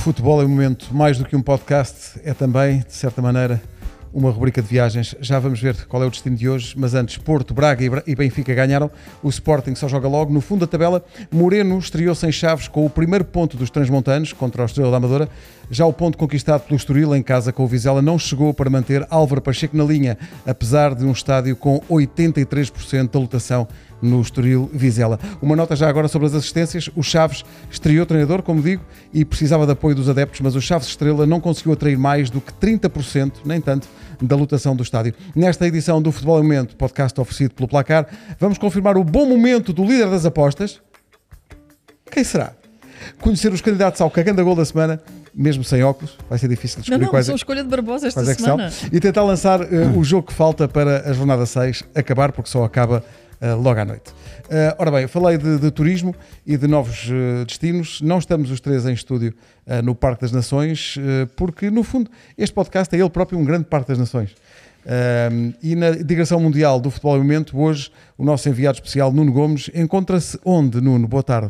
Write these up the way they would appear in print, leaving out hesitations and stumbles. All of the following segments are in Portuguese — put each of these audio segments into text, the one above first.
Futebol é um momento mais do que um podcast, é também, de certa maneira, uma rubrica de viagens. Já vamos ver qual é o destino de hoje, mas antes, Porto, Braga e Benfica ganharam. O Sporting só joga logo. No fundo da tabela, Moreno estreou-se em Chaves com o primeiro ponto dos transmontanos contra o Estrela da Amadora. Já o ponto conquistado pelo Estoril em casa com o Vizela não chegou para manter Álvaro Pacheco na linha, apesar de um estádio com 83% da lotação no Estoril Vizela. Uma nota já agora sobre as assistências. O Chaves estreou treinador, como digo, e precisava de apoio dos adeptos, mas o Chaves Estrela não conseguiu atrair mais do que 30%, nem tanto, da lotação do estádio. Nesta edição do Futebol é Momento, podcast oferecido pelo Placar, vamos confirmar o bom momento do líder das apostas. Quem será? Conhecer os candidatos ao cagando a gol da semana, mesmo sem óculos, vai ser difícil de descobrir quais são a escolha de Barbosa esta semana. E tentar lançar o jogo que falta para a jornada 6 acabar, porque só acaba logo à noite. Ora bem, falei de turismo e de novos destinos. Não estamos os três em estúdio no Parque das Nações, porque no fundo este podcast é ele próprio um grande Parque das Nações. E na digressão mundial do Futebol em Momento, hoje o nosso enviado especial Nuno Gomes encontra-se onde, Nuno? Boa tarde.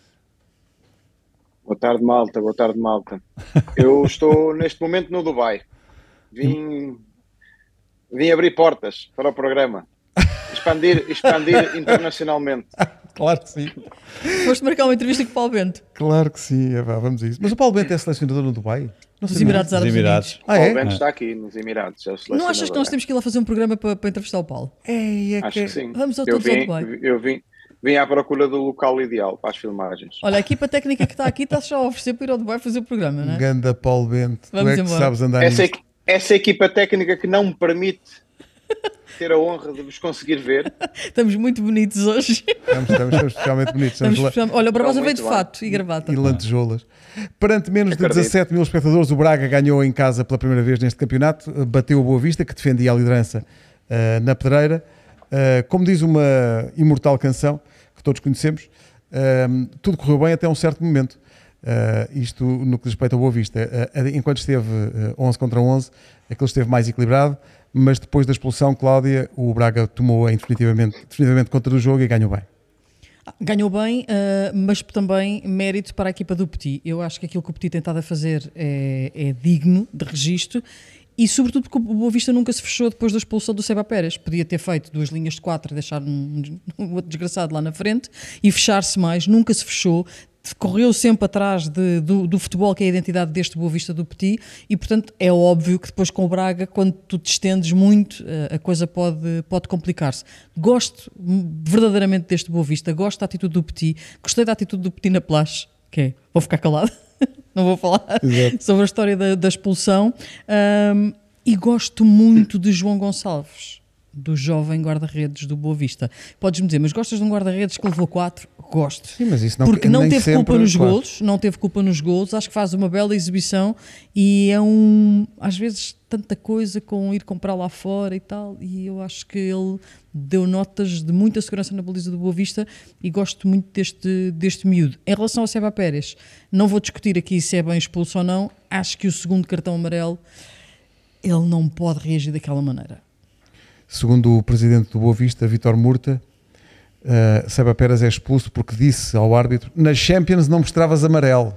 Boa tarde, malta. Boa tarde, malta. Eu estou neste momento no Dubai. Vim abrir portas para o programa. Expandir internacionalmente. Claro que sim. Foste marcar uma entrevista com o Paulo Bento. Claro que sim, vamos a isso. Mas o Paulo Bento é selecionador no Dubai? Nos Emirados Árabes Unidos. O Paulo Bento está aqui nos Emirados. Não achas que nós temos que ir lá fazer um programa para entrevistar o Paulo? Acho que sim. Vamos ao todos ao Dubai. Eu vim à procura do local ideal para as filmagens. Olha, a equipa técnica que está aqui está já a oferecer para ir ao Dubai fazer o programa, não é? Ganda Paulo Bento. Vamos tu é que embora. sabes andar Essa equipa técnica que não me permite ter a honra de vos conseguir ver. Estamos muito bonitos hoje. Estamos especialmente bonitos. Olha, o Barbosa veio de fato e gravata. E lantejoulas. Perante menos de 17 mil espectadores, o Braga ganhou em casa pela primeira vez neste campeonato. Bateu o Boa Vista, que defendia a liderança na Pedreira. Como diz uma imortal canção que todos conhecemos, tudo correu bem até um certo momento. Isto no que diz respeito ao Boa Vista. Enquanto esteve 11 contra 11, aquilo esteve mais equilibrado, mas depois da expulsão, Cláudia, o Braga tomou definitivamente conta do jogo e ganhou bem. Ganhou bem, mas também mérito para a equipa do Petit. Eu acho que aquilo que o Petit tem estado a fazer é digno de registro. E sobretudo porque o Boa Vista nunca se fechou depois da expulsão do Seba Pérez. Podia ter feito 2 linhas de 4 e deixar um outro desgraçado lá na frente e fechar-se mais. Nunca se fechou. Correu sempre atrás do futebol, que é a identidade deste Boa Vista do Petit, e portanto é óbvio que depois com o Braga, quando tu te estendes muito, a coisa pode complicar-se. Gosto verdadeiramente deste Boa Vista, gosto da atitude do Petit, gostei da atitude do Petit na Plache, vou ficar calado, não vou falar sobre a história da expulsão, e gosto muito de João Gonçalves, do jovem guarda-redes do Boa Vista. Podes-me dizer, mas gostas de um guarda-redes que levou 4? Gosto. Sim, mas isso não, porque não teve sempre, culpa nos claro. golos, não teve culpa nos golos, acho que faz uma bela exibição e às vezes tanta coisa com ir comprar lá fora e tal, e eu acho que ele deu notas de muita segurança na baliza do Boa Vista e gosto muito deste miúdo. Em relação ao Seba Pérez, não vou discutir aqui se é bem expulso ou não, acho que o segundo cartão amarelo ele não pode reagir daquela maneira. Segundo o presidente do Boa Vista, Vítor Murta, Seba Pérez é expulso porque disse ao árbitro: nas Champions não mostravas amarelo.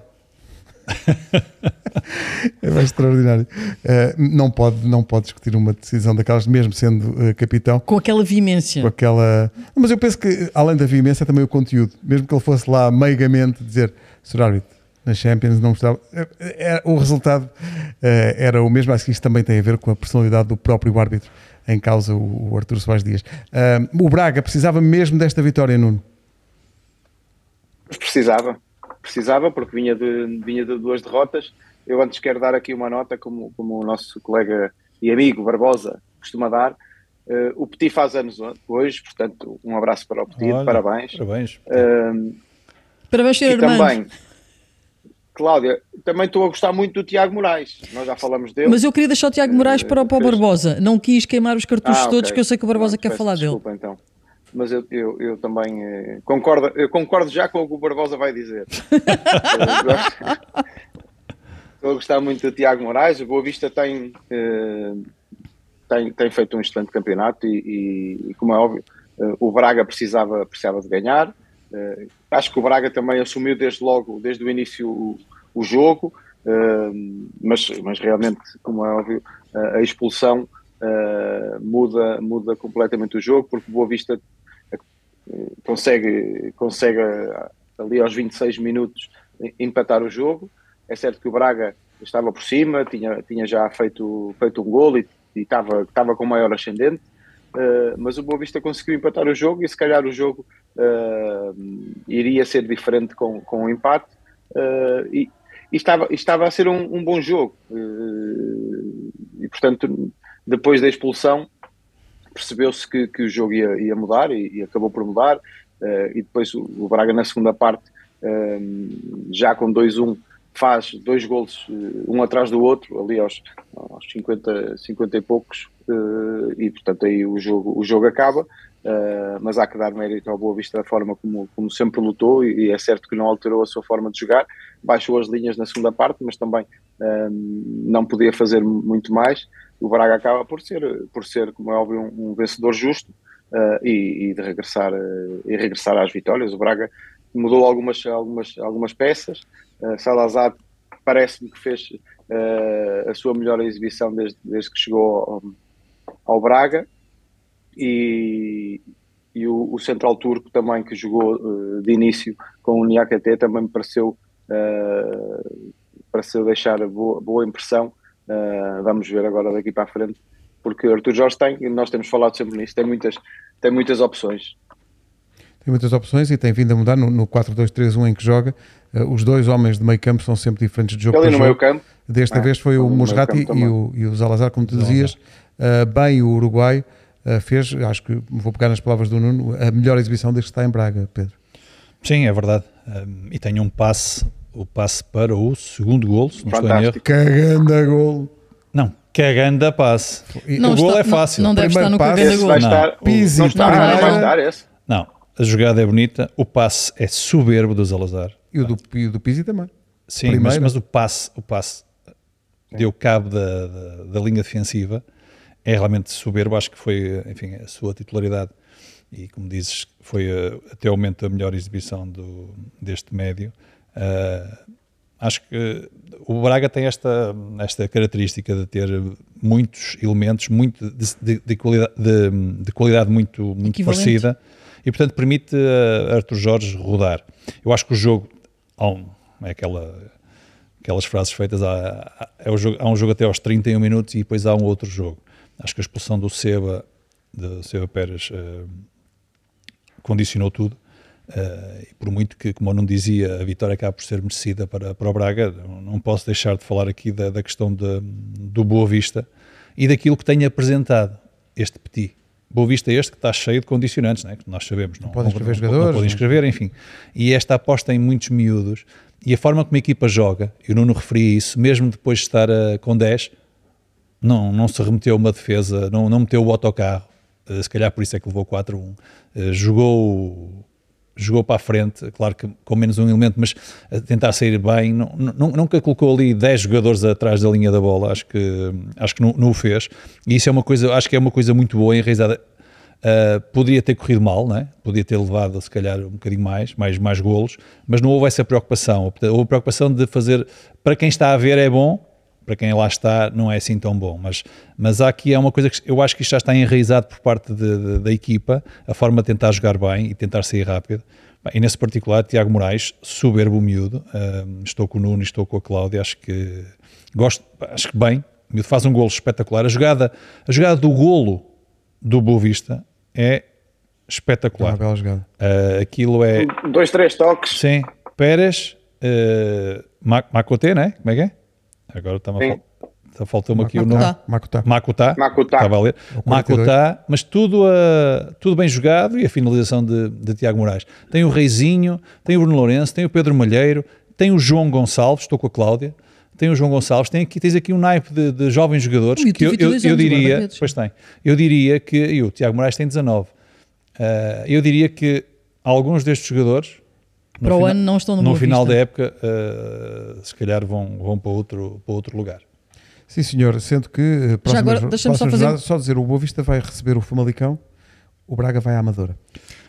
É bem extraordinário. Não pode discutir uma decisão daquelas, mesmo sendo capitão. Com aquela veemência. Mas eu penso que, além da veemência, é também o conteúdo. Mesmo que ele fosse lá meigamente dizer: Sr. árbitro, nas Champions não mostrava. O resultado era o mesmo. Acho que isto também tem a ver com a personalidade do próprio árbitro em causa, o Artur Soares Dias. O Braga precisava mesmo desta vitória, Nuno? Precisava porque vinha de 2 derrotas. Eu antes quero dar aqui uma nota, como o nosso colega e amigo Barbosa costuma dar. O Petit faz anos hoje, portanto um abraço para o Petit. Olha, parabéns. Parabéns, Sr. Armando. Também, Cláudia, também estou a gostar muito do Tiago Moraes. Nós já falamos dele. Mas eu queria deixar o Tiago Moraes para o Barbosa. Não quis queimar os cartuchos todos, que eu sei que o Barbosa quer falar dele. Desculpa, então. Mas eu também concordo já com o que o Barbosa vai dizer. Estou a gostar muito do Tiago Moraes. O Boa Vista tem feito um excelente campeonato e como é óbvio, o Braga precisava de ganhar. Acho que o Braga também assumiu desde o início o jogo. mas realmente, como é óbvio, a expulsão muda completamente o jogo, porque o Boa Vista consegue ali aos 26 minutos empatar o jogo. É certo que o Braga estava por cima, tinha já feito um golo e estava com maior ascendente, mas o Boa Vista conseguiu empatar o jogo e se calhar o jogo iria ser diferente com o empate, e estava a ser um bom jogo, e portanto depois da expulsão percebeu-se que o jogo ia mudar e acabou por mudar, e depois o Braga na segunda parte, já com 2-1, faz 2 golos, um atrás do outro, ali aos 50 e poucos, e portanto aí o jogo acaba, mas há que dar mérito ao Boa Vista da forma como sempre lutou, e é certo que não alterou a sua forma de jogar, baixou as linhas na segunda parte, mas também não podia fazer muito mais. O Braga acaba por ser, como é óbvio, um vencedor justo, e de regressar às vitórias. O Braga mudou algumas peças. Salazar parece-me que fez a sua melhor exibição desde que chegou ao Braga, e o central turco também, que jogou de início com o Niakate, também me pareceu deixar boa impressão. Vamos ver agora daqui para a frente, porque Artur Jorge nós temos falado sempre nisso, tem muitas opções. Tem muitas opções e tem vindo a mudar no 4-2-3-1 em que joga. Os dois homens de meio campo são sempre diferentes de jogo para jogo. Meio campo. Desta vez foi o Musrati e o Salazar, como tu dizias. Bem, o Uruguai fez, acho que vou pegar nas palavras do Nuno, a melhor exibição desde que está em Braga, Pedro. Sim, é verdade. E tem o passe para o segundo golo, se não estou em erro. Cagando a golo. Não, cagando a passe. O golo é fácil. Não deve estar no cagando a golo. Vai estar esse. Não, a jogada é bonita, o passe é soberbo do Salazar. E o do Pizzi também. Sim, mas o passe deu cabo da linha defensiva, é realmente soberbo. Acho que foi, enfim, a sua titularidade, e como dizes, foi até o momento a melhor exibição deste médio. Acho que o Braga tem esta característica de ter muitos elementos de qualidade muito parecida, e portanto permite a Artur Jorge rodar. Eu acho que o jogo, é aquelas frases feitas, há um jogo até aos 31 minutos e depois há um outro jogo. Acho que a expulsão do Seba Pérez condicionou tudo. E por muito que, como eu não dizia, a vitória acaba por ser merecida para o Braga, não posso deixar de falar aqui da questão do Boa Vista e daquilo que tem apresentado este Petit. Boa Vista que está cheio de condicionantes, né? Que nós sabemos. Não podem escrever jogadores. Não podem escrever, enfim. E esta aposta em muitos miúdos e a forma como a equipa joga, e o Nuno referia isso, mesmo depois de estar com 10, não se remeteu uma defesa, não meteu o autocarro, se calhar por isso é que levou 4-1, jogou para a frente, claro que com menos um elemento, mas a tentar sair bem, nunca colocou ali 10 jogadores atrás da linha da bola, acho que não o fez, e isso é uma coisa, acho que é uma coisa muito boa, enraizada. Poderia ter corrido mal, né? Podia ter levado se calhar um bocadinho mais golos, mas não houve essa preocupação. Houve a preocupação de fazer, para quem está a ver é bom, para quem lá está não é assim tão bom, mas aqui é uma coisa que eu acho que isto já está enraizado por parte da equipa, a forma de tentar jogar bem e tentar sair rápido. E nesse particular, Tiago Moraes, soberbo miúdo, estou com o Nuno, estou com a Cláudia, acho que bem, o miúdo faz um golo espetacular. A jogada do golo do Boa Vista é espetacular. É uma bela jogada. Aquilo é... 2, 3 toques. Sim, Pérez, Makoté, né? Como é que é? Agora faltou-me aqui o nome. Makutá. Estava a ler. Makutá, mas tudo bem jogado, e a finalização de Tiago Moraes. Tem o Reizinho, tem o Bruno Lourenço, tem o Pedro Malheiro, tem o João Gonçalves, estou com a Cláudia, tem o João Gonçalves, tens aqui um naipe de jovens jogadores que eu diria, pois tem, eu diria que, e o Tiago Moraes tem 19, eu diria que alguns destes jogadores para o ano não estão no final da época, se calhar vão para outro lugar. Sim, senhor, sendo que agora deixa-me só fazer... só dizer, o Boa Vista vai receber o Famalicão, o Braga vai à Amadora.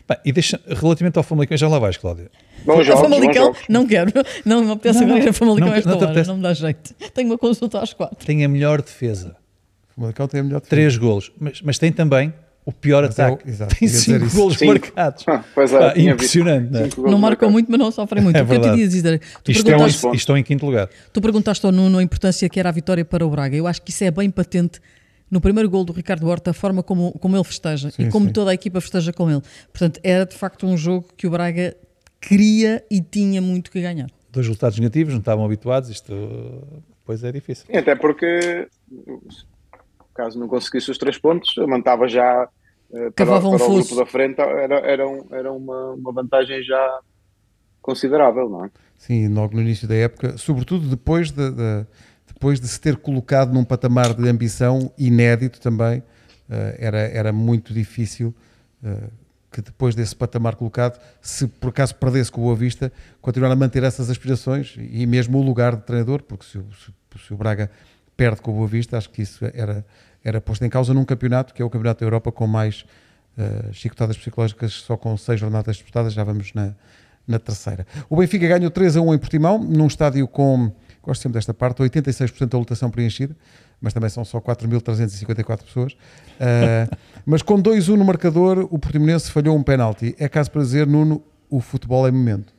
Bem, e relativamente ao Famalicão, já lá vais, Cláudia. Bons jogos, bons Famalicão, jogos. não quero. Não me apetece agora ir a Famalicão esta não te hora. apetece? Não me dá jeito. Tenho uma consulta às 4. Tem a melhor defesa. O Famalicão tem a melhor defesa. 3 golos. Mas tem também o pior ataque. exato, Tem ia dizer 5 isso. golos 5. marcados. Pois é, tinha Impressionante, não é? visto 5 golos Não marcam marcados. muito, mas não sofrem muito. É O que eu te verdade. ia dizer? Isto estão em quinto lugar. Tu perguntaste ao Nuno a importância que era a vitória para o Braga. Eu acho que isso é bem patente no primeiro gol do Ricardo Horta, a forma como ele festeja e como toda a equipa festeja com ele. Portanto, era de facto um jogo que o Braga queria e tinha muito que ganhar. 2 resultados negativos, não estavam habituados, isto depois é difícil. E até porque, caso não conseguisse os 3 pontos, mantava já para Cavava um o fosso. grupo da frente, era uma vantagem já considerável, não é? Sim, logo no início da época, sobretudo depois de se ter colocado num patamar de ambição inédito também, era muito difícil que depois desse patamar colocado, se por acaso perdesse com o Boa Vista, continuar a manter essas aspirações e mesmo o lugar de treinador, porque se o Braga perde com o Boa Vista, acho que isso era posto em causa num campeonato que é o Campeonato da Europa com mais chicotadas psicológicas, só com 6 jornadas disputadas, já vamos na terceira. O Benfica ganhou 3-1 em Portimão, num estádio com, gosto sempre desta parte, 86% da lotação preenchida, mas também são só 4.354 pessoas. Mas com 2-1 no marcador, o Portimonense falhou um penalti. É caso para dizer, Nuno, o futebol é momento.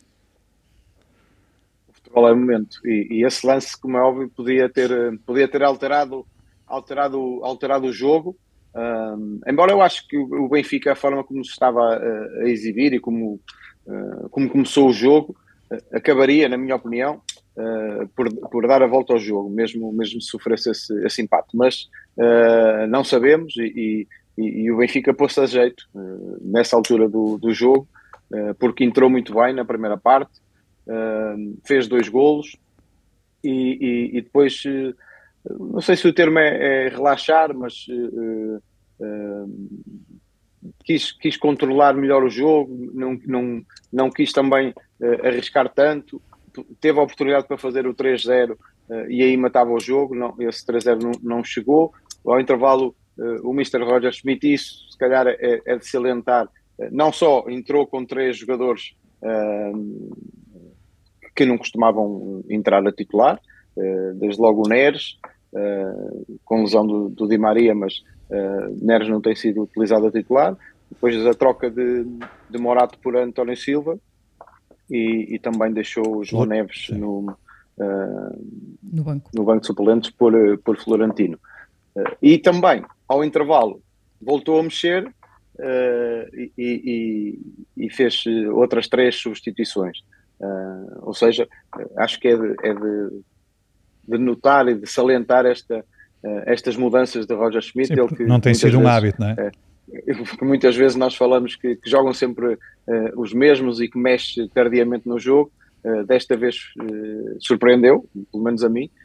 O futebol é momento. E esse lance, como é óbvio, podia ter alterado o jogo. Embora eu acho que o Benfica, a forma como se estava a exibir e como começou o jogo, acabaria, na minha opinião, por dar a volta ao jogo, mesmo se sofresse esse empate. Mas não sabemos e o Benfica pôs-se a jeito nessa altura do jogo, porque entrou muito bem na primeira parte, fez 2 golos e depois, não sei se o termo é relaxar, mas quis controlar melhor o jogo, não quis também arriscar tanto, teve a oportunidade para fazer o 3-0 e aí matava o jogo, esse 3-0 não chegou. Ao intervalo, o Mr. Roger Schmidt, isso se calhar é de salientar, não só entrou com 3 jogadores que não costumavam entrar a titular, desde logo o Neres, com lesão do Di Maria, mas Neres não tem sido utilizado a titular. Depois a troca de Morato por António Silva e também deixou o João Neves no banco de suplentes por Florentino. E também, ao intervalo, voltou a mexer e fez outras 3 substituições. Ou seja, acho que é de notar e de salientar estas mudanças de Roger Schmidt. Sim, ele que não tem sido um hábito, não é? Porque muitas vezes nós falamos que jogam sempre os mesmos e que mexe tardiamente no jogo. Desta vez surpreendeu, pelo menos a mim.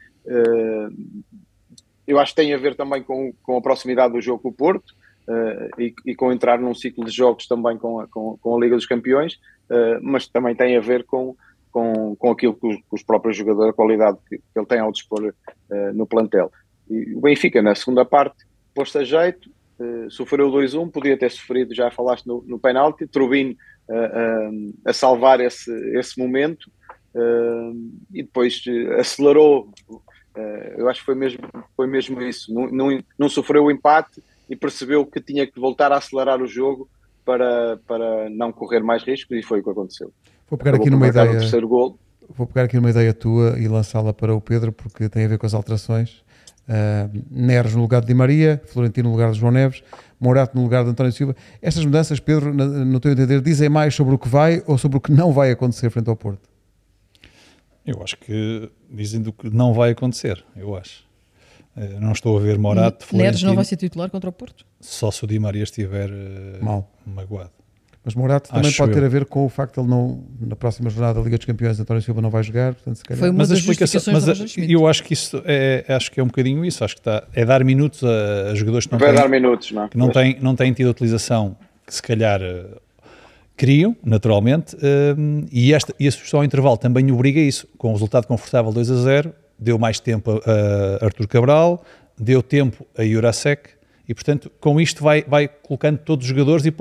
Eu acho que tem a ver também com a proximidade do jogo com o Porto e com entrar num ciclo de jogos também com a Liga dos Campeões, mas também tem a ver com aquilo que os próprios jogadores, a qualidade que ele tem ao dispor no plantel. E o Benfica, na segunda parte, pôs-se a jeito, sofreu 2-1, podia ter sofrido, já falaste no penalti, Trubin a salvar esse momento e depois acelerou. Eu acho que foi mesmo isso, não sofreu o empate e percebeu que tinha que voltar a acelerar o jogo para não correr mais riscos, e foi o que aconteceu. Vou pegar aqui numa ideia. O terceiro gol. Vou pegar aqui numa ideia tua e lançá-la para o Pedro, porque tem a ver com as alterações. Neres no lugar de Di Maria, Florentino no lugar de João Neves, Morato no lugar de António Silva. Estas mudanças, Pedro, no teu entender, dizem mais sobre o que vai ou sobre o que não vai acontecer frente ao Porto? Eu acho que dizem do que não vai acontecer, eu acho. Não estou a ver Morato, Florentino. Neres não vai ser titular contra o Porto? Só se o Di Maria estiver magoado. Mas Morato também pode ter a ver com o facto de ele não, na próxima jornada da Liga dos Campeões, António Silva não vai jogar, portanto, se calhar... Foi uma mas das a explicação, justificações eu acho que isso acho que é um bocadinho isso, acho que é dar minutos a jogadores que não vai têm, dar minutos, não? Que não têm tido a utilização que se calhar queriam, naturalmente, e esse só ao intervalo também obriga a isso, com o resultado confortável 2-0, deu mais tempo a Artur Cabral, deu tempo a Jurasek, e portanto com isto vai colocando todos os jogadores e pondo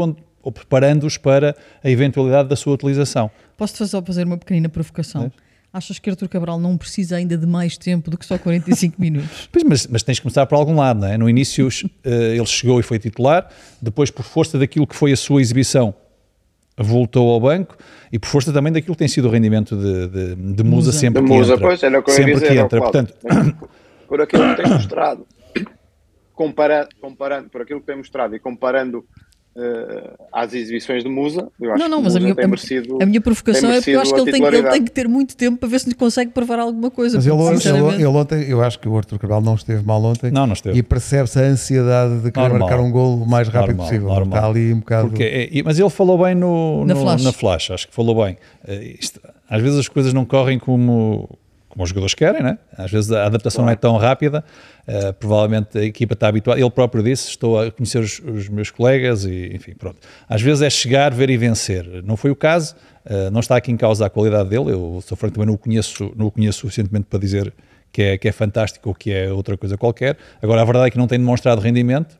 ou preparando-os para a eventualidade da sua utilização. Posso-te só fazer uma pequenina provocação? Achas que Artur Cabral não precisa ainda de mais tempo do que só 45 minutos? Pois, mas tens de começar por algum lado, não é? No início ele chegou e foi titular, depois por força daquilo que foi a sua exibição voltou ao banco e por força também daquilo que tem sido o rendimento de Musa sempre que entra. Pois, era o que eu ia sempre dizer, que entra, Paulo. portanto... Por aquilo que tem mostrado, comparando por aquilo que tem mostrado e comparando às exibições de Musa, eu acho Mas que Musa tem merecido, a minha provocação é porque eu acho que ele tem que ter muito tempo para ver se lhe consegue provar alguma coisa. Mas ele ontem, eu acho que o Artur Cabral não esteve mal ontem. Não esteve. E percebe-se a ansiedade de querer marcar um golo o mais rápido possível. Normal. Está ali um bocado... Mas ele falou bem na flash, acho que falou bem. Às vezes as coisas não correm como os jogadores querem, né? Às vezes a adaptação não é tão rápida, provavelmente a equipa está habituada, ele próprio disse, estou a conhecer os meus colegas e enfim, pronto. Às vezes é chegar, ver e vencer, não foi o caso, não está aqui em causa a qualidade dele, eu sou franco, também não o conheço suficientemente para dizer que é fantástico ou que é outra coisa qualquer, agora a verdade é que não tem demonstrado rendimento,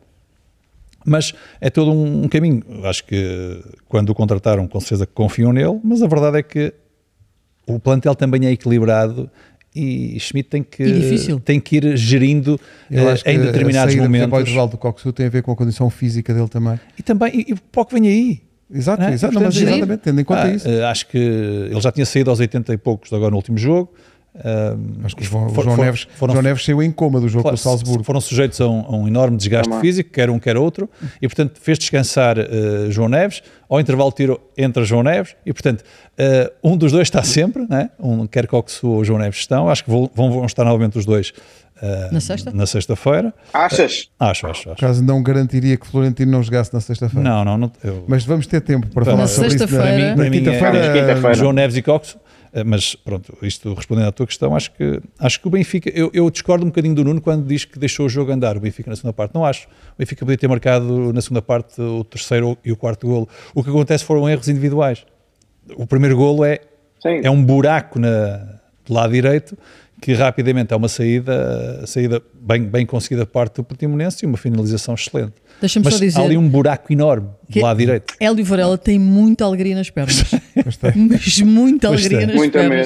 mas é todo um caminho, acho que quando o contrataram com certeza confiam nele, mas a verdade é que o plantel também é equilibrado e Schmidt tem que ir gerindo em determinados momentos. O intervalo do Coxu tem a ver com a condição física dele também. E o pouco vem aí. Exato, exatamente, tendo em conta isso. Acho que ele já tinha saído aos 80 e poucos agora no último jogo. Acho que o João Neves saiu em coma do jogo com o Salzburgo. Foram sujeitos a um enorme desgaste físico, quer um, quer outro, e portanto fez descansar João Neves, ao intervalo de tiro entra João Neves, e portanto um dos dois está sempre, né? Quer Coxu ou João Neves estão, acho que vão estar novamente os dois na sexta-feira. Achas? Acho. Caso não garantiria que Florentino não jogasse na sexta-feira. Não. Mas vamos ter tempo para falar sobre isso. Na quinta-feira. João Neves e Coxu. Mas pronto, isto respondendo à tua questão, acho que o Benfica, eu discordo um bocadinho do Nuno quando diz que deixou o jogo andar, o Benfica na segunda parte, não acho. O Benfica podia ter marcado na segunda parte o terceiro e o quarto golo. O que acontece foram erros individuais. O primeiro golo é um buraco do lado direito, que rapidamente é uma saída bem conseguida por parte do Portimonense e uma finalização excelente. Deixa-me só dizer, há ali um buraco enorme do lado direito. Hélio Varela tem muita alegria nas pernas. Mas muita alegria nas pernas.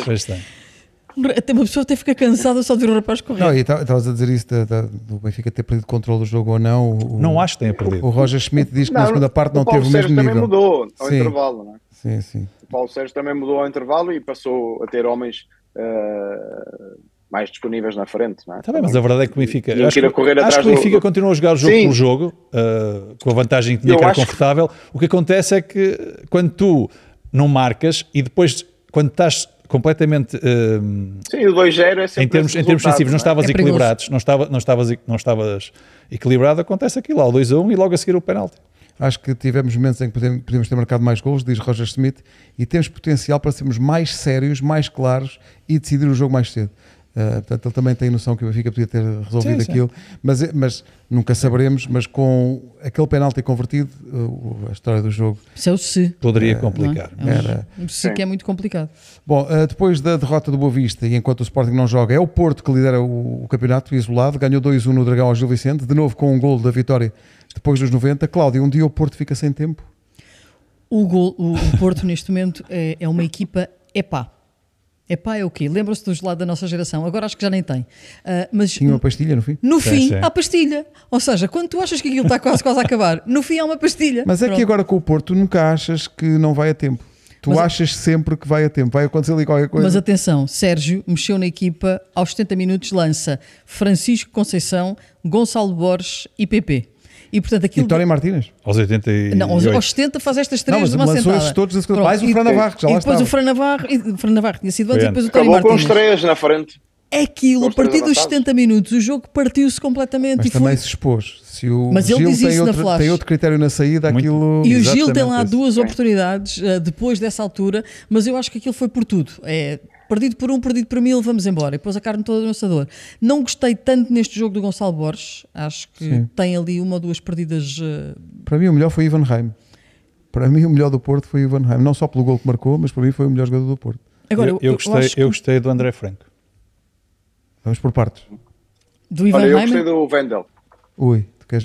Uma pessoa até fica cansada só de ver o rapaz correr. Não, e estavas a dizer isso do Benfica ter perdido controle do jogo ou não. Não acho que tenha perdido. O Roger Schmidt diz que na segunda parte não teve o mesmo nível. O Paulo Sérgio também mudou ao intervalo, não é? Sim. O Paulo Sérgio também mudou ao intervalo e passou a ter homens mais disponíveis na frente, não é? Tá bem, mas a verdade é que o Benfica acho que o Benfica continua a jogar o jogo pelo jogo, com a vantagem que tinha, que era confortável. O que acontece é que quando tu não marcas e depois quando estás completamente sim, o 2-0 é sempre em termos defensivos, não estavas equilibrados, não estavas equilibrado, acontece aquilo, há o 2-1 e logo a seguir o penalti. Acho que tivemos momentos em que podemos ter marcado mais golos, diz Roger Schmidt, e temos potencial para sermos mais sérios, mais claros e decidir o jogo mais cedo. Portanto, ele também tem noção que o Benfica podia ter resolvido aquilo, mas nunca saberemos. Mas com aquele penalti convertido, a história do jogo isso é o se poderia complicar. Um se que é muito complicado. Bom, depois da derrota do Boa Vista e enquanto o Sporting não joga, é o Porto que lidera o campeonato isolado, ganhou 2-1 no Dragão ao Gil Vicente, de novo com um golo da vitória depois dos 90. Cláudio, um dia o Porto fica sem tempo? O Porto neste momento é uma equipa epá. Epá, é o quê? Lembram-se do gelado da nossa geração? Agora acho que já nem tem. Mas tinha uma pastilha no fim? No fim, há pastilha. Ou seja, quando tu achas que aquilo está quase a acabar, no fim há uma pastilha. Mas é que agora com o Porto, tu nunca achas que não vai a tempo. Tu achas sempre que vai a tempo. Vai acontecer ali qualquer coisa. Mas atenção, Sérgio mexeu na equipa, aos 70 minutos lança Francisco Conceição, Gonçalo Borges e PP. E portanto aquilo... Vitória Martínez? Aos 88. Não, aos 70 faz estas três de uma sentada. Lançou-esses todos, mais o Fran Navarro, que já lá estava. E depois o Fran Navarro tinha sido antes e depois o Vitória Martínez. Com os três na frente. Aquilo, a partir dos 70 minutos, o jogo partiu-se completamente. Mas também se expôs. Se o mas Gil ele diz isso na flash. Tem outro critério na saída, aquilo... E o Gil tem lá duas oportunidades depois dessa altura, mas eu acho que aquilo foi por tudo. Perdido por um, perdido por mil, vamos embora. E depois a carne toda no assador. Não gostei tanto neste jogo do Gonçalo Borges. Acho que tem ali uma ou duas perdidas. Para mim o melhor foi Ivan Reim. Para mim o melhor do Porto foi Ivan Reim. Não só pelo gol que marcou, mas para mim foi o melhor jogador do Porto. Agora, eu gostei do André Franco. Vamos por partes. Do Ivan Olha, eu Reim? gostei do Wendel. Ui, tu queres ver?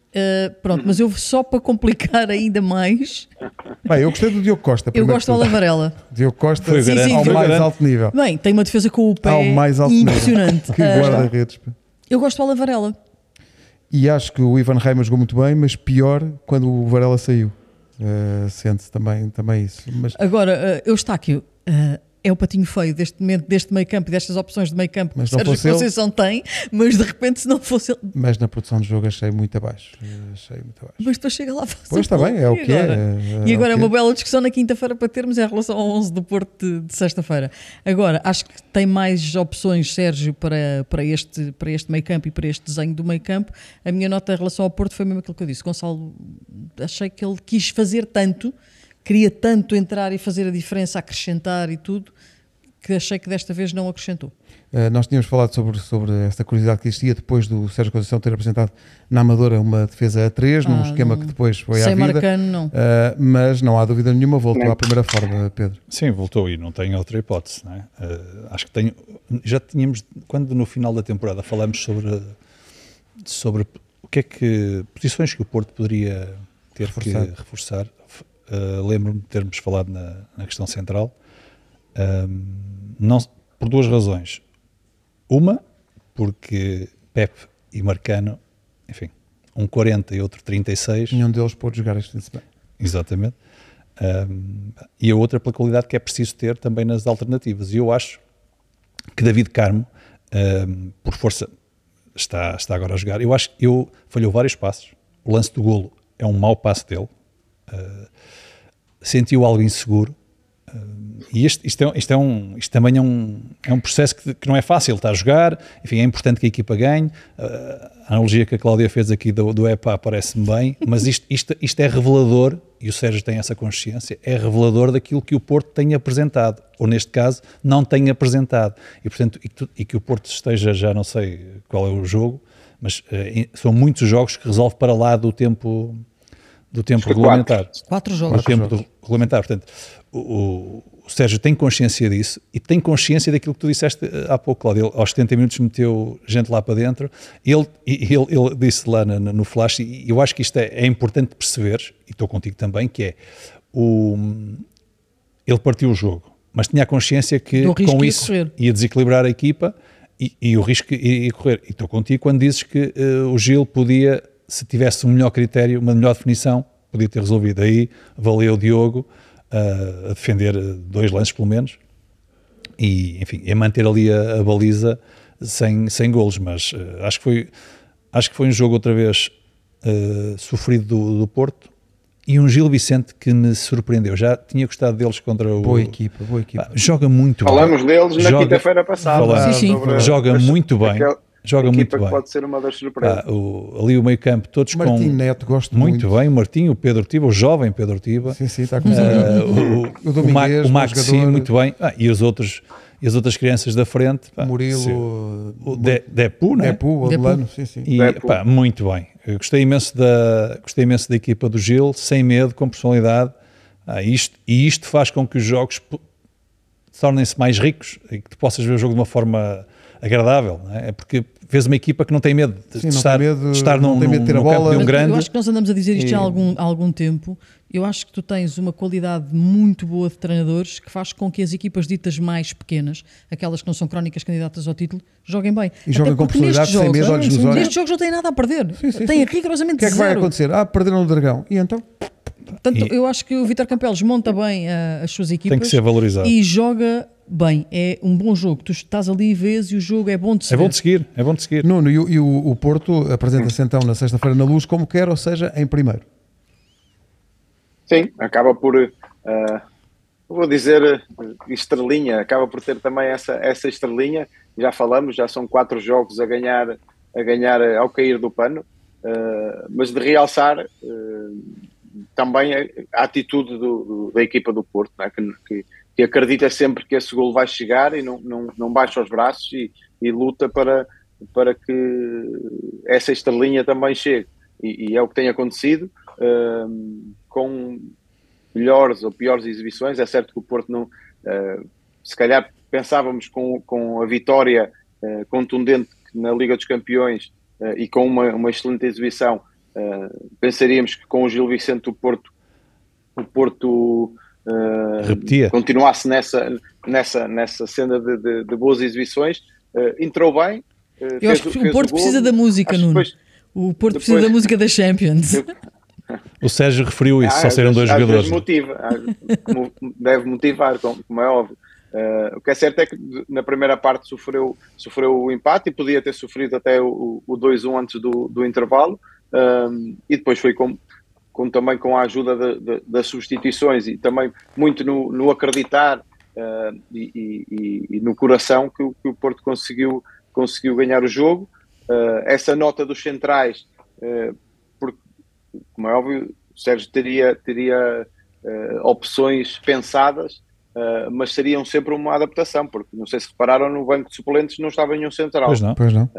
Pronto, mas eu só para complicar ainda mais, Bem, eu gostei do Diogo Costa. eu primeiro gosto do que tudo. Alavarela. Diogo Costa Foi grande. ao Foi mais grande. alto nível. Bem, tem uma defesa com o pé Ao mais alto impressionante. nível. Que guarda-redes. pá. Eu gosto do Alavarela. E acho que o Ivan Reimer jogou muito bem, mas pior quando o Varela saiu. Sente-se também isso. Mas Agora, Eustáquio, é o patinho feio deste momento, deste meio campo e destas opções de meio campo que o Mas não Sérgio fosse ele- Conceição tem, mas de repente se não fosse ele... Mas na produção de jogo achei muito abaixo. Mas depois chega lá... Pois está bem, é o que é. E agora é o que uma bela discussão na quinta-feira para termos em relação ao 11 do Porto de sexta-feira. Agora, acho que tem mais opções, Sérgio, para este meio campo e para este desenho do meio campo. A minha nota em relação ao Porto foi mesmo aquilo que eu disse. Gonçalo, achei que ele quis fazer tanto, queria tanto entrar e fazer a diferença, acrescentar e tudo, que achei que desta vez não acrescentou. Nós tínhamos falado sobre essa curiosidade que existia depois do Sérgio Conceição ter apresentado na Amadora uma defesa a 3, num esquema que depois foi à Sem vida. Marcano, não. Mas não há dúvida nenhuma, voltou Não. à primeira forma, Pedro. Sim, voltou e não tem outra hipótese. Não é? Acho que já tínhamos, quando no final da temporada falamos sobre o que é que posições que o Porto poderia ter Reforçar. que reforçar. Lembro-me de termos falado na questão central. Não, por duas razões. Uma, porque Pep e Marcano, enfim, um 40 e outro 36. Nenhum deles pôde jogar este fim de semana. Exatamente. E a outra pela qualidade que é preciso ter também nas alternativas. E eu acho que David Carmo, por força, está agora a jogar. Eu acho que falhou vários passos. O lance do golo é um mau passo dele. Sentiu algo inseguro. E isto também é um processo que não é fácil. Está a jogar, enfim, é importante que a equipa ganhe. A analogia que a Cláudia fez aqui do EPA parece-me bem, mas isto é revelador, e o Sérgio tem essa consciência, é revelador daquilo que o Porto tem apresentado, ou neste caso, não tem apresentado. E, portanto, e que o Porto esteja, já não sei qual é o jogo, mas são muitos jogos que resolve para lá do tempo regulamentar. 4 No jogos. tempo regulamentar. Portanto, o Sérgio tem consciência disso e tem consciência daquilo que tu disseste há pouco, Cláudio. Ele, aos 70 minutos, meteu gente lá para dentro. Ele disse lá no flash, e eu acho que isto é importante perceberes, e estou contigo também, que é ele partiu o jogo, mas tinha a consciência que com isso ia desequilibrar a equipa e o risco ia correr. E estou contigo quando dizes que o Gil podia, se tivesse um melhor critério, uma melhor definição, podia ter resolvido. Aí valeu o Diogo a defender 2 lances pelo menos e, enfim, a manter ali a baliza sem golos, mas acho que foi um jogo outra vez sofrido do Porto, e um Gil Vicente que me surpreendeu. Já tinha gostado deles contra o... Boa equipa. Joga muito bem. Falamos deles na quinta-feira passada. Sim. Joga muito bem. Joga muito bem. Pode ser uma das surpresas. Ali o meio campo, todos Martim com... Neto, gosto muito bem, o Martim, o Pedro Tiba, o jovem Pedro Tiba. Sim, está a começar. O Domingues, o Max, sim, jogador. muito bem. E as outras crianças da frente. Murilo, O Depu, não é? Depu, Adelano, sim. E, muito bem. Eu gostei imenso da equipa do Gil, sem medo, com personalidade. Isto faz com que os jogos tornem-se mais ricos e que tu possas ver o jogo de uma forma agradável, não é? Porque vês uma equipa que não tem medo de estar num campo de um grande. Eu acho que nós andamos a dizer isto já há algum tempo. Eu acho que tu tens uma qualidade muito boa de treinadores que faz com que as equipas ditas mais pequenas, aquelas que não são crónicas candidatas ao título, joguem bem. E jogam com personalidade, sem medo, olhos nos olhos. Nestes jogos não têm nada a perder. Têm rigorosamente O que é que vai zero. acontecer? Perderam o Dragão. E então? Portanto, eu acho que o Vítor Campelos monta bem as suas equipas. Tem que ser valorizado. E joga bem. É um bom jogo. Tu estás ali e vês e o jogo é bom de se ver. É bom de seguir. Nuno, e o Porto apresenta-se então na sexta-feira na Luz como quer, ou seja, em primeiro. Sim, acaba por, vou dizer, estrelinha, acaba por ter também essa estrelinha. Já falamos, já são 4 jogos a ganhar ao cair do pano, mas de realçar também a atitude da equipa do Porto, não é? que acredita sempre que esse golo vai chegar e não baixa os braços e luta para que essa estrelinha também chegue. E é o que tem acontecido, com melhores ou piores exibições. É certo que o Porto não, se calhar pensávamos com a vitória contundente na Liga dos Campeões e com uma excelente exibição, pensaríamos que com o Gil Vicente o Porto repetia, continuasse nessa cena de boas exibições. Entrou bem. Eu acho que o Porto precisa da música, Nuno. O Porto precisa da música da Champions. O Sérgio referiu isso, só serem 2 jogadores. Deve motivar, como é óbvio. O que é certo é que na primeira parte sofreu o empate e podia ter sofrido até o 2-1 antes do intervalo, e depois foi também com a ajuda das substituições e também muito no acreditar e no coração que o Porto conseguiu ganhar o jogo. Essa nota dos centrais, porque, como é óbvio, o Sérgio teria opções pensadas, mas seriam sempre uma adaptação, porque não sei se repararam, no banco de suplentes não estava nenhum central. Pois não.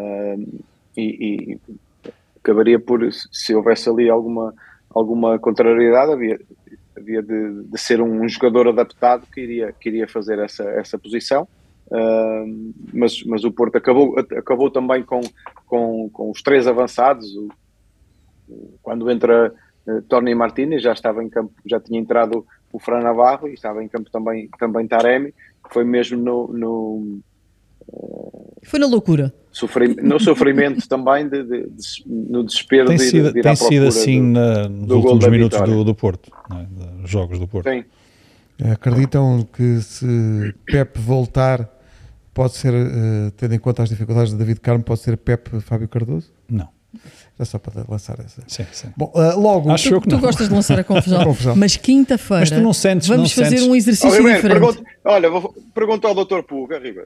E acabaria por, se houvesse ali alguma contrariedade, havia de ser um jogador adaptado que iria fazer essa posição. Mas o Porto acabou também com os 3 avançados. Quando entra Tony Martínez, já estava em campo, já tinha entrado o Fran Navarro e estava em campo também Taremi. Foi mesmo foi na loucura. No sofrimento também, no desespero tem de ir à procura. Tem sido assim nos últimos minutos do Porto, não é? Dos jogos do Porto. Sim. Acreditam que se Pep voltar, pode ser, tendo em conta as dificuldades de David Carmo, pode ser Pep Fábio Cardoso? Não. É só para lançar essa. Sim. Bom, logo... Acho que tu gostas de lançar a confusão. Mas quinta-feira vamos fazer um exercício diferente. Vou perguntar ao Dr. Puga, Ribeiro.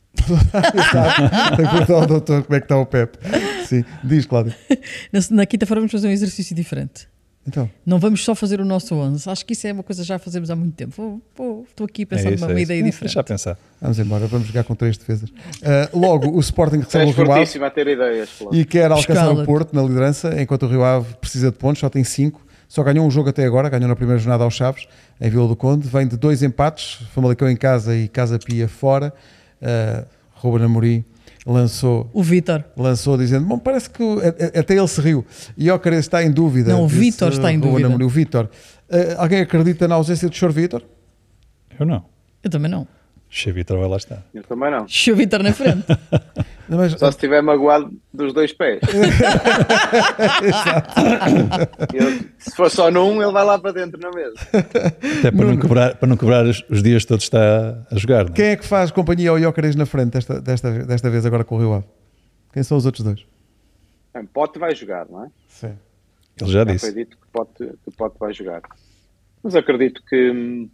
Tem que perguntar ao doutor como é que está o Pep. Sim, diz, Cláudio. Na quinta-feira vamos fazer um exercício diferente. Então. Não vamos só fazer o nosso 11. Acho que isso é uma coisa que já fazemos há muito tempo. Estou aqui pensando numa ideia diferente. Deixa pensar. Vamos embora, vamos jogar com 3 defesas. Logo, o Sporting recebe o Rio Ave fortíssimo a ter ideias, e quer alcançar o Porto na liderança, enquanto o Rio Ave precisa de pontos, só tem 5. Só ganhou um jogo até agora, ganhou na primeira jornada aos Chaves, em Vila do Conde. Vem de 2 empates, Famalicão em casa e Casa Pia fora. Ruben Amorim lançou dizendo, bom, parece que até ele se riu, e Jóqueres está em dúvida. Não, o Vítor está em dúvida. Amorim, o Vítor. Alguém acredita na ausência do Sr. Vítor? Eu não. Eu também não. Che Vítor vai lá estar. Eu também não. Che Vítor na frente. Mas, só se estiver magoado dos 2 pés. Se for só num, ele vai lá para dentro na mesa. Até para não cobrar os dias todos está a jogar. Não? Quem é que faz companhia ao Jóqueres na frente desta vez agora com o Rio Ave? Quem são os outros 2? Pote vai jogar, não é? Sim. Ele já disse. Foi dito que Pote vai jogar. Mas acredito que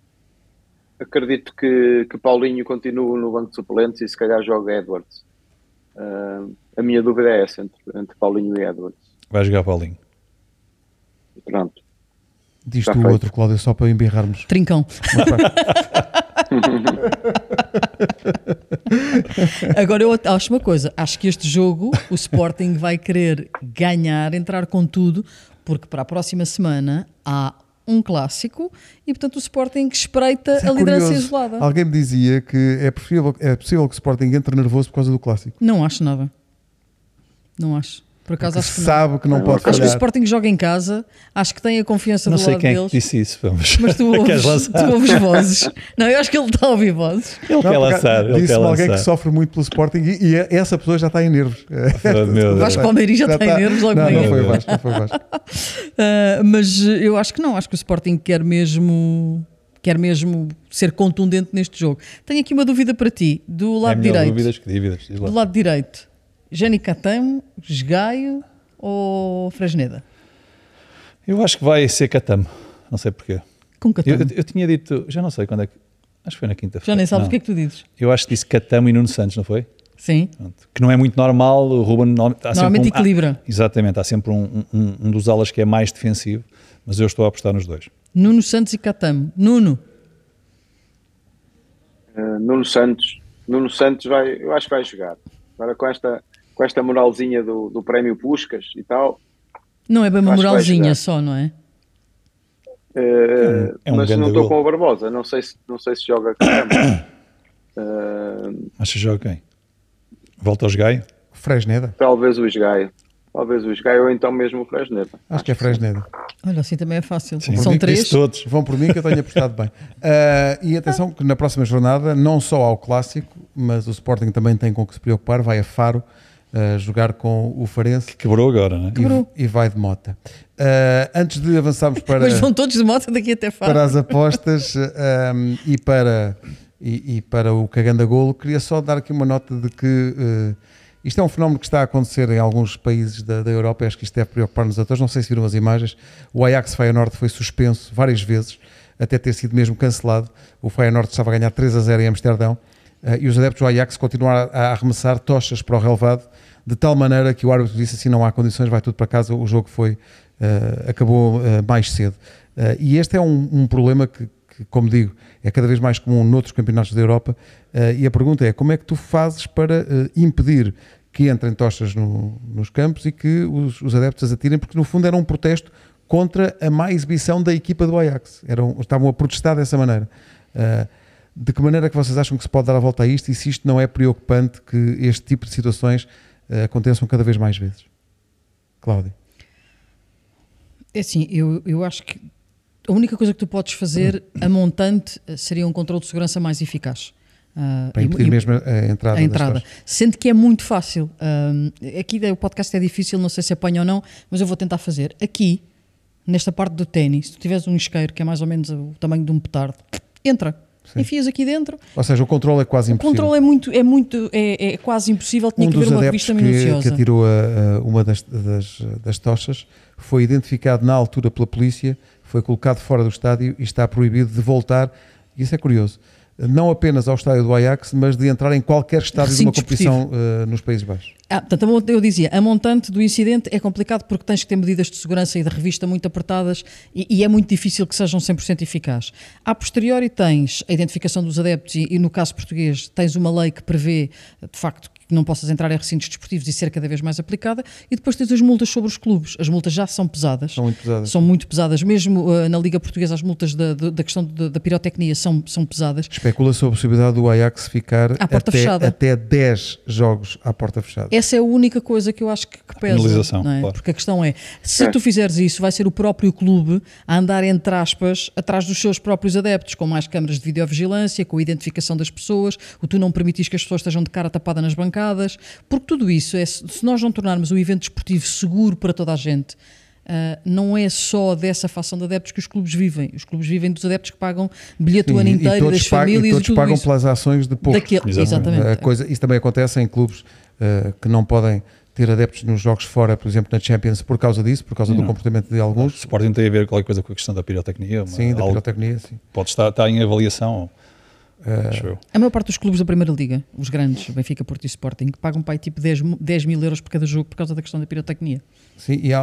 Paulinho continue no banco de suplentes e se calhar joga Edwards. A minha dúvida é essa, entre Paulinho e Edwards. Vai jogar Paulinho. Pronto. Diz tu o outro, Cláudio, só para embirrarmos. Trincão. Agora eu acho uma coisa, acho que este jogo o Sporting vai querer ganhar, entrar com tudo, porque para a próxima semana há um clássico e portanto o Sporting espreita a liderança isolada. Alguém me dizia que é possível que o Sporting entre nervoso por causa do clássico. Não acho nada. Não acho. Por acaso acho que não. Sabe que não pode falhar. Acho que o Sporting joga em casa, acho que tem a confiança do lado deles. Não sei quem é que disse isso, mas tu ouves vozes. Não, eu acho que ele está a ouvir vozes. Ele quer lançar. Disse-me alguém que sofre muito pelo Sporting e essa pessoa já está em nervos. O Vasco Palmeirinho já está em nervos logo não, bem. Não foi Vasco. Mas eu acho que não, acho que o Sporting quer mesmo ser contundente neste jogo. Tenho aqui uma dúvida para ti, do lado direito. Dúvidas que dívidas. Do lado direito, Jani Catamo, Gaio ou Fresneda? Eu acho que vai ser Catamo, não sei porquê. Com Catamo? Eu tinha dito, já não sei quando é que, acho que foi na quinta-feira. Já nem sabes o que é que tu dizes. Eu acho que disse Catamo e Nuno Santos, não foi? Sim. Pronto. Que não é muito normal, o Ruben normalmente equilibra. Exatamente, há sempre um dos alas que é mais defensivo, mas eu estou a apostar nos 2. Nuno Santos e Catamo. Nuno Santos eu acho que vai jogar. Agora com esta moralzinha do prémio Puskás e tal. Não é bem uma moralzinha só, não é? Mas não estou com o Barbosa, não sei se joga Catamo. Acha que joga quem? Volta aos Gaio? Fresneda. Talvez o Gaio. talvez o Sky ou então mesmo o Fresneda. Acho que é Fresneda. Olha, assim também é fácil. Sim. São Por mim, 3. Todos. Vão por mim que eu tenho apostado bem. E atenção que na próxima jornada, não só ao Clássico, mas o Sporting também tem com que se preocupar, vai a Faro jogar com o Farense. Quebrou agora, não é? Quebrou. E vai de Mota. Antes de avançarmos para, Mas vão todos de moto daqui até para Faro. as apostas e para o Cagando a Golo, queria só dar aqui uma nota de que isto é um fenómeno que está a acontecer em alguns países da Europa, e acho que isto deve preocupar-nos a todos. Não sei se viram as imagens, o Ajax Feyenoord foi suspenso várias vezes, até ter sido mesmo cancelado. O Feyenoord estava a ganhar 3-0 em Amsterdão, e os adeptos do Ajax continuaram a arremessar tochas para o relevado, de tal maneira que o árbitro disse assim: não há condições, vai tudo para casa. O jogo acabou mais cedo. E este é um problema que, como digo, é cada vez mais comum noutros campeonatos da Europa, e a pergunta é: como é que tu fazes para impedir que entrem tochas nos campos e que os adeptos as atirem? Porque no fundo era um protesto contra a má exibição da equipa do Ajax, estavam a protestar dessa maneira. De que maneira é que vocês acham que se pode dar a volta a isto, e se isto não é preocupante que este tipo de situações aconteçam cada vez mais vezes? Cláudia. É assim, eu acho que a única coisa que tu podes fazer a montante seria um controle de segurança mais eficaz. Para impedir mesmo a entrada. A entrada. Sendo que é muito fácil. Aqui o podcast é difícil, não sei se apanha ou não, mas eu vou tentar fazer. Aqui, nesta parte do ténis, se tu tiveres um isqueiro que é mais ou menos o tamanho de um petardo, entra. Sim. Enfias aqui dentro. Ou seja, o controle é quase impossível. O controle é quase impossível. Tinha que haver uma revista minuciosa. Que atirou uma das tochas foi identificado na altura pela polícia, foi colocado fora do estádio e está proibido de voltar. Isso é curioso. Não apenas ao estádio do Ajax, mas de entrar em qualquer estádio de uma competição nos Países Baixos. Portanto, eu dizia, a montante do incidente é complicado porque tens que ter medidas de segurança e de revista muito apertadas e é muito difícil que sejam 100% eficazes. A posteriori tens a identificação dos adeptos e no caso português tens uma lei que prevê, de facto, que não possas entrar em recintos desportivos e ser cada vez mais aplicada, e depois tens as multas sobre os clubes. As multas já são pesadas. São muito pesadas. Mesmo na Liga Portuguesa as multas da questão da pirotecnia são pesadas. Especula-se sobre a possibilidade do Ajax ficar até 10 jogos à porta fechada. Essa é a única coisa que eu acho que pesa. Não é? Claro. Porque a questão é, se tu fizeres isso, vai ser o próprio clube a andar, entre aspas, atrás dos seus próprios adeptos, com mais câmaras de videovigilância, com a identificação das pessoas, o tu não permitis que as pessoas estejam de cara tapada nas bancadas, porque tudo isso, se nós não tornarmos o evento desportivo seguro para toda a gente, não é só dessa facção de adeptos que os clubes vivem. Os clubes vivem dos adeptos que pagam bilhete o ano inteiro, das famílias, e todos tudo pagam isso. Pelas ações de poucos. Exatamente. Isso também acontece em clubes que não podem ter adeptos nos jogos fora, por exemplo, na Champions, por causa disso, por causa do comportamento de alguns. O Sporting tem a ver qualquer coisa com a questão da pirotecnia. Sim, da pirotecnia, sim. Pode estar em avaliação. A maior parte dos clubes da Primeira Liga, os grandes, Benfica, Porto e Sporting, pagam para aí tipo 10 mil euros por cada jogo por causa da questão da pirotecnia. Sim, e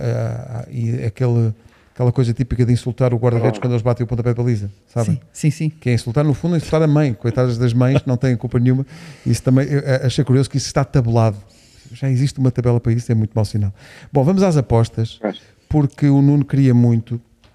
aquela coisa típica de insultar o guarda-redes quando eles batem o pontapé de baliza, sabem? Sim. Que é insultar, no fundo, insultar a mãe. Coitadas das mães, não têm culpa nenhuma. Isso também, eu achei curioso que isso está tabelado. Já existe uma tabela para isso, é muito mau sinal. Bom, vamos às apostas, porque o Nuno queria muito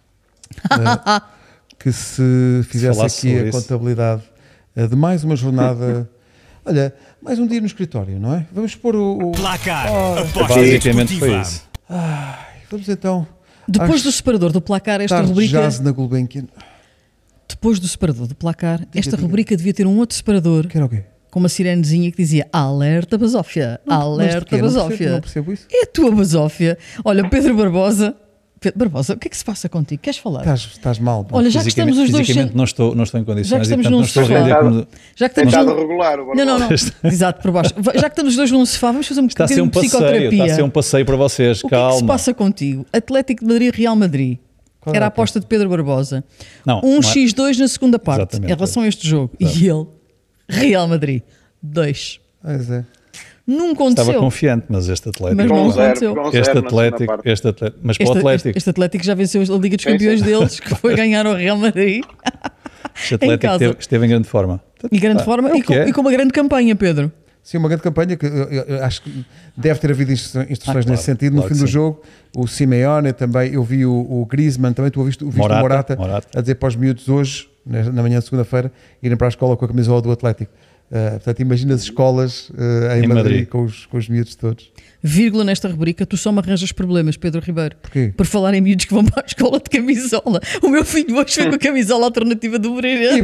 que se fizesse aqui a contabilidade de mais uma jornada. Olha, mais um dia no escritório, não é? Vamos pôr o placar. Basicamente foi isso. Vamos então. Depois do separador do placar, esta rubrica. Jazz na Gulbenkian. Depois do separador do placar, esta rubrica devia ter um outro separador. Que era o quê? Com uma sirenezinha que dizia alerta basófia, alerta basófia. Não percebo isso. É a tua basófia. Olha, Pedro Barbosa, o que é que se passa contigo? Queres falar? Estás mal. Olha, já que estamos os dois... Fisicamente não estou em condições. Já que estamos num sofá. Já que estamos regular o Não. Exato, por baixo. Já que estamos os dois num sofá, vamos fazer um bocadinho de psicoterapia. Está a ser um passeio para vocês, calma. O que é que se passa contigo? Atlético de Madrid, Real Madrid. Era a aposta de Pedro Barbosa. Não, 1x2 na segunda parte, exatamente, em relação a este jogo. Exato. E ele, Real Madrid, 2. Pois é. Não aconteceu. Estava confiante, mas este Atlético. Mas não aconteceu. Mas para o Atlético. Este Atlético já venceu a Liga dos Campeões deles, que foi ganhar ao Real Madrid. Este Atlético esteve em grande forma. E grande forma e com uma grande campanha, Pedro. Sim, uma grande campanha que eu acho que deve ter havido instruções nesse sentido. No fim do jogo, o Simeone também, eu vi o Griezmann também, tu ouviste o Morata a dizer para os miúdos hoje, na manhã de segunda-feira, irem para a escola com a camisola do Atlético. Portanto, imagina as escolas em Madrid com os miúdos todos. Vírgula nesta rubrica, tu só me arranjas problemas, Pedro Ribeiro. Porquê? Por falar em miúdos que vão para a escola de camisola. O meu filho hoje foi com a camisola alternativa do Moreirense.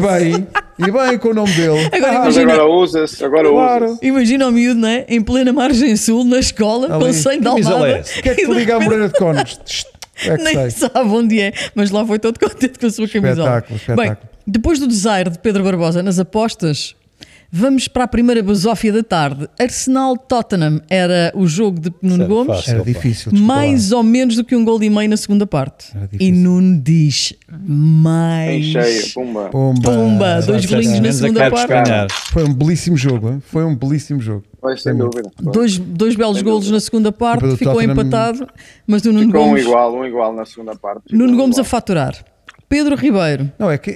E bem com o nome dele. Agora Mas imagina, agora usa-se, Claro. imagina o miúdo, não é? Em plena margem sul, na escola, Ali. com 100 de Camisola Almada. é essa? O que é que te liga a Moreira de Cónegos? É que Nem sei. sabe onde é, mas lá foi todo contente com a sua camisola. Espetáculo. Bem, depois do desire de Pedro Barbosa nas apostas, vamos para a primeira basófia da tarde. Arsenal-Tottenham era o jogo de Nuno Isso é Gomes. fácil. Era difícil. desculpa lá. Mais ou menos do que um gol e meio na segunda parte. Era difícil. E Nuno diz em mais. cheia, pumba. Pumba, dois golinhos na Menos segunda acabas de parte. ganhar. Foi um belíssimo jogo. Hein? Foi um belíssimo jogo. Vai, sem dúvida. Dois belos Sem golos dúvida. na segunda parte, Equipa do ficou Tottenham- empatado, mas do Nuno Ficou Gomes, um igual na segunda parte. Ficou Nuno Gomes a igual. faturar. Pedro Ribeiro, Não, é que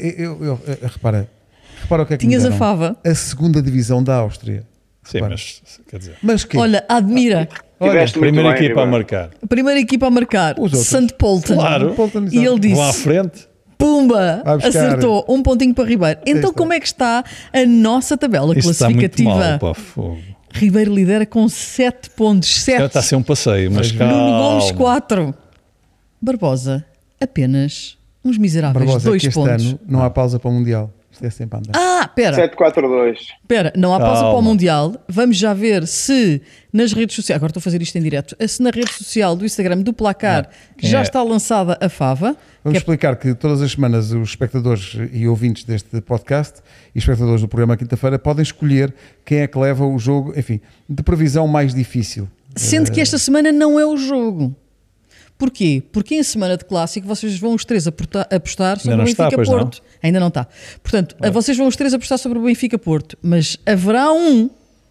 repara o que é que tinhas me a deram. fava. A segunda divisão da Áustria. Sim, Repara. mas quer dizer, Mas que? Olha, admira. Tiveste muito primeira bem, equipa a Ribeiro. marcar. A primeira equipa a marcar, Os outros. Sant Polten. Claro. E ele disse, Vão à frente. pumba, Vai buscar. acertou, um pontinho para Ribeiro. Então está. como é que está a nossa tabela Isto está muito classificativa? mal, pá, fogo. Ribeiro lidera com 7 pontos, Já está a 7. ser um passeio, mas Nuno calma. Gomes 4. Barbosa, apenas uns miseráveis Barbosa, é 2 que este pontos. ano não há pausa para o Mundial. Isto é sempre a andar. Ah, pera. 7-4-2. Espera, não há pausa Calma. para o Mundial. Vamos já ver se nas redes sociais, agora estou a fazer isto em direto, se na rede social do Instagram do Placar Quem já é? está lançada a fava. Vamos que é- explicar que todas as semanas os espectadores e ouvintes deste podcast e espectadores do programa quinta-feira podem escolher quem é que leva o jogo, enfim, de previsão mais difícil. Sendo que esta semana não é o jogo. Porquê? Porque em semana de clássico vocês vão os três apostar sobre Ainda não o está, pois Benfica-Porto. Ainda não está. Portanto, vocês vão os três apostar sobre o Benfica-Porto, mas haverá um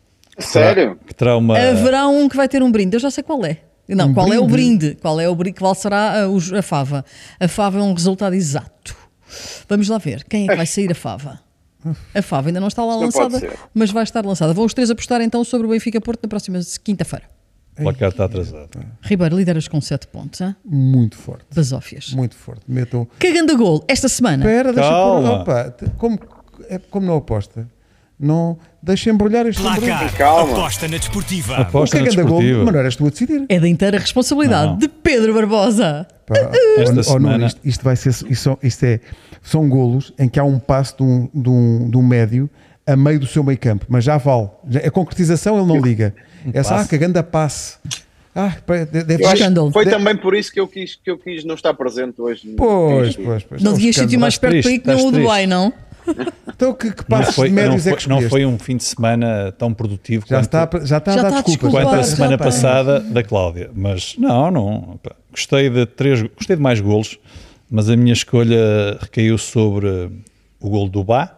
Sério? Que terá uma. Haverá um que vai ter um brinde. Eu já sei qual é. Não, Um qual é o brinde? brinde? Qual é o brinde? Qual será a fava? A fava é um resultado exato. Vamos lá ver. Quem é que vai sair a fava? A fava ainda não está lá Não pode lançada, ser. mas vai estar lançada. Vão os três apostar então sobre o Benfica-Porto na próxima quinta-feira. O placar está atrasado. Ribeiro, lideras com 7 pontos. Hein? Muito forte. Basófias. Muito forte. Metam. Cagando a gol esta semana. Espera, deixa Calma. pôr. Opa, como não aposta, não deixa embrulhar este embrulho. Placar. Calma. Aposta na desportiva. O Aposta na cagando a gol, desportiva. mas não eras tu a decidir. É da inteira responsabilidade Não. de Pedro Barbosa. Pá, Esta Nuno, semana- isto vai ser. São golos em que há um passo de um médio a meio do seu meio campo, mas já vale. A concretização ele não liga. É só, passe. cagando a passe. Deve Eu acho Escândalo. que foi também por isso que eu quis não estar presente hoje. Pois. Não é um tinhas sítio escândalo. mais perto para ir que não o Estás Dubai, não? Então, que Não passos foi, de médios é que não escolheste? foi um fim de semana tão produtivo Já quanto, está a dar Já está a desculpas. desculpar. quanto a Claro, semana pá. passada da Cláudia. Mas não. Pá, gostei de mais golos, mas a minha escolha recaiu sobre o golo do Bá,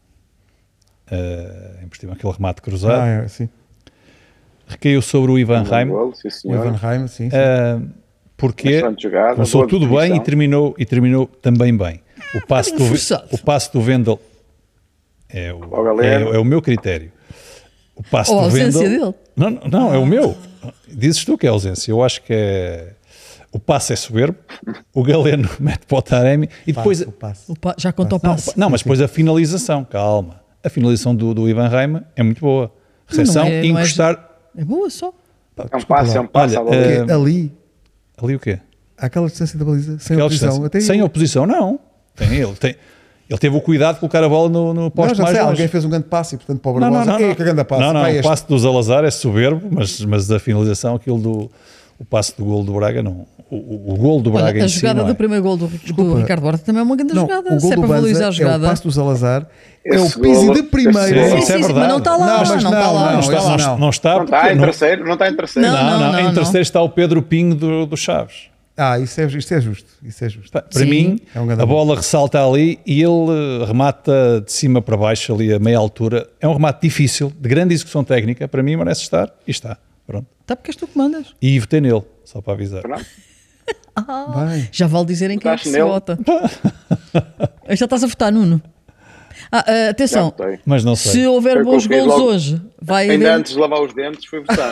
em por cima aquele remate cruzado. Sim. Recaiu sobre o Ivan Reim. Sim, O senhor. Ivan Reim, sim. Porque Excelente jogada, começou boa tudo bem definição. e terminou também bem. O passe forçado. do Wendel é Galeno. o meu critério. O passe Ou a do ausência Wendel, dele. não, é o meu. Dizes tu que é ausência. Eu acho que é. O passe é soberbo, o Galeno mete para o Taremi e depois. O passe. Já conta o passe. Não, mas depois a finalização, calma. A finalização do Ivan Reim é muito boa. Recepção, Não é- não é- encostar. É boa só. É um passe, Olha, à bola. Porque ali, Ali o quê? àquela distância da baliza, sem Aquela oposição. distância. Até Sem oposição, não. Ele teve o cuidado de colocar a bola no Não, posto já mais sei, longe. alguém fez um grande passe e, portanto, para o Barbosa, que grande passe. Não, vai o este. passe do Salazar é soberbo, mas a finalização, o passe do golo do Braga, não. O golo do Braga Olha, a em si, jogada não é? do primeiro gol do Ricardo Horta também é uma grande Não, jogada. o Se gol é do para valorizar Banza a é o jogada. passe do Salazar, é o Esse piso golo- de primeiro. esse Sim, golo- isso é mas verdade. não está lá, Não, mas não está lá. não, Não está, esse não. não está, Não está porque em terceiro, não está em terceiro. Não. em terceiro está o Pedro Pinho do Chaves. Isto é justo. Isso é justo. Para Sim. mim, É um grande a bola ressalta ali e ele remata de cima para baixo, ali a meia altura. É um remate difícil, de grande execução técnica. Para mim, merece estar e está. Pronto. Está porque és tu que mandas. E votei nele, só para avisar. Pronto. Vai. Já vale dizerem quem é que Votaste se nele? vota. Já estás a votar, Nuno. Atenção, Já votei. Mas não sei. se houver Foi bons o que eu fiz golos logo. hoje, vai Ainda haver... antes de lavar os dentes, fui votar.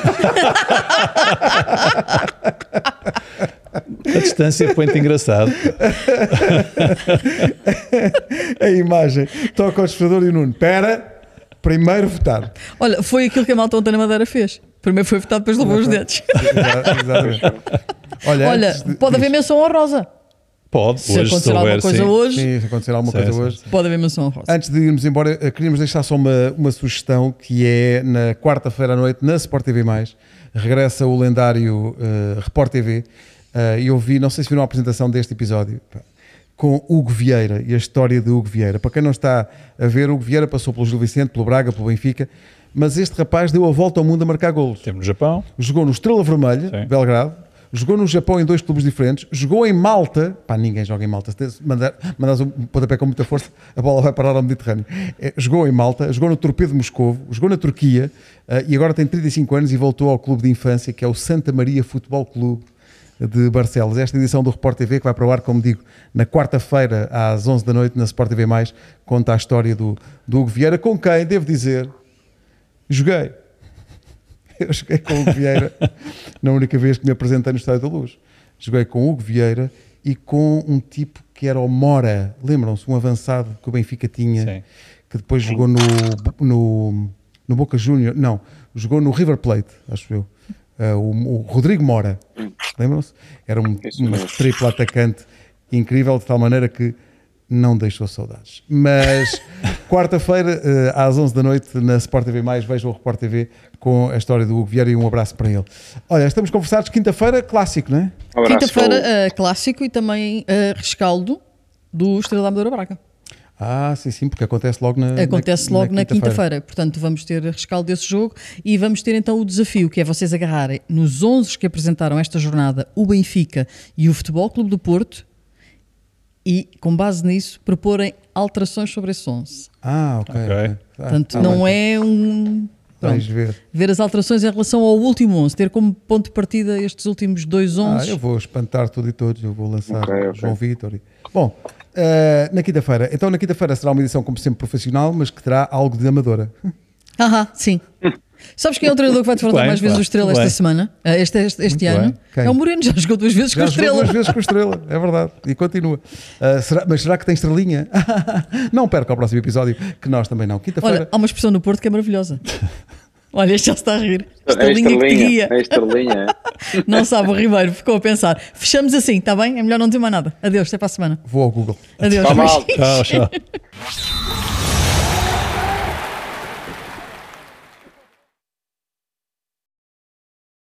A distância põe-te engraçado. A imagem toca ao espectador e o Nuno. Espera. Primeiro votar. Olha, foi aquilo que a malta ontem na Madeira fez. Primeiro foi votado, depois levou os dedos. Exatamente. Olha, pode haver menção honrosa. Pode, Se hoje, acontecer alguma coisa hoje, Sim, se acontecer alguma coisa hoje. pode haver menção honrosa. Antes de irmos embora, queríamos deixar só uma sugestão, que é na quarta-feira à noite, na Sport TV+, regressa o lendário Report TV, e eu vi, não sei se viram a apresentação deste episódio, com Hugo Vieira e a história de Hugo Vieira. Para quem não está a ver, Hugo Vieira passou pelo Gil Vicente, pelo Braga, pelo Benfica, mas este rapaz deu a volta ao mundo a marcar golos. temos no Japão. Jogou no Estrela Vermelha, Sim. Belgrado. Jogou no Japão em 2 clubes diferentes. Jogou em Malta. Pá, ninguém joga em Malta. Se mandares um pontapé com muita força, a bola vai parar ao Mediterrâneo. Jogou em Malta. Jogou no Torpedo Moscovo. Jogou na Turquia. E agora tem 35 anos e voltou ao clube de infância, que é o Santa Maria Futebol Clube de Barcelos. Esta edição do Report TV, que vai para o ar, como digo, na quarta-feira às 11 da noite, na Sport TV+, conta a história do Hugo Vieira, com quem, devo dizer, joguei. Eu joguei com o Hugo Vieira na única vez que me apresentei no Estádio da Luz. Joguei com o Hugo Vieira e com um tipo que era o Mora. Lembram-se? Um avançado que o Benfica tinha, Sim. que depois jogou no Boca Júnior. Não, jogou no River Plate, acho eu. O Rodrigo Mora. Lembram-se? Era um triplo atacante incrível, de tal maneira que não deixou saudades. Mas quarta-feira, às 11 da noite, na Sport TV+, vejam o Report TV com a história do Hugo Vieira e um abraço para ele. Olha, estamos conversados, quinta-feira, clássico, não é? Quinta-feira, clássico e também rescaldo do Estrela da Amadora Braga. Ah, sim, porque acontece logo na quinta-feira. Portanto, vamos ter rescaldo desse jogo e vamos ter então o desafio, que é vocês agarrarem nos 11 que apresentaram esta jornada o Benfica e o Futebol Clube do Porto e, com base nisso, proporem alterações sobre esse 11. Ok. Portanto, não é um... Vais ver as alterações em relação ao último 11, ter como ponto de partida estes últimos 2 11. Eu vou espantar tudo e todos, eu vou lançar João Vitor. Bom, na quinta-feira. Então, na quinta-feira será uma edição, como sempre, profissional, mas que terá algo de amadora. Sim. Sabes quem é o treinador que vai defrontar mais vezes o Estrela esta semana? Este ano? É o Moreno, já jogou 2 vezes com o Estrela. Já jogou 2 vezes com o Estrela, é verdade. E continua. Mas será que tem estrelinha? Não perca o próximo episódio, que nós também não. Quinta-feira. Olha, há uma expressão no Porto que é maravilhosa. Olha, este já se está a rir. Estrelinha que te guia. É estrelinha. Não sabe, o Ribeiro ficou a pensar. Fechamos assim, está bem? É melhor não dizer mais nada. Adeus, até para a semana. Vou ao Google. Adeus. Tchau.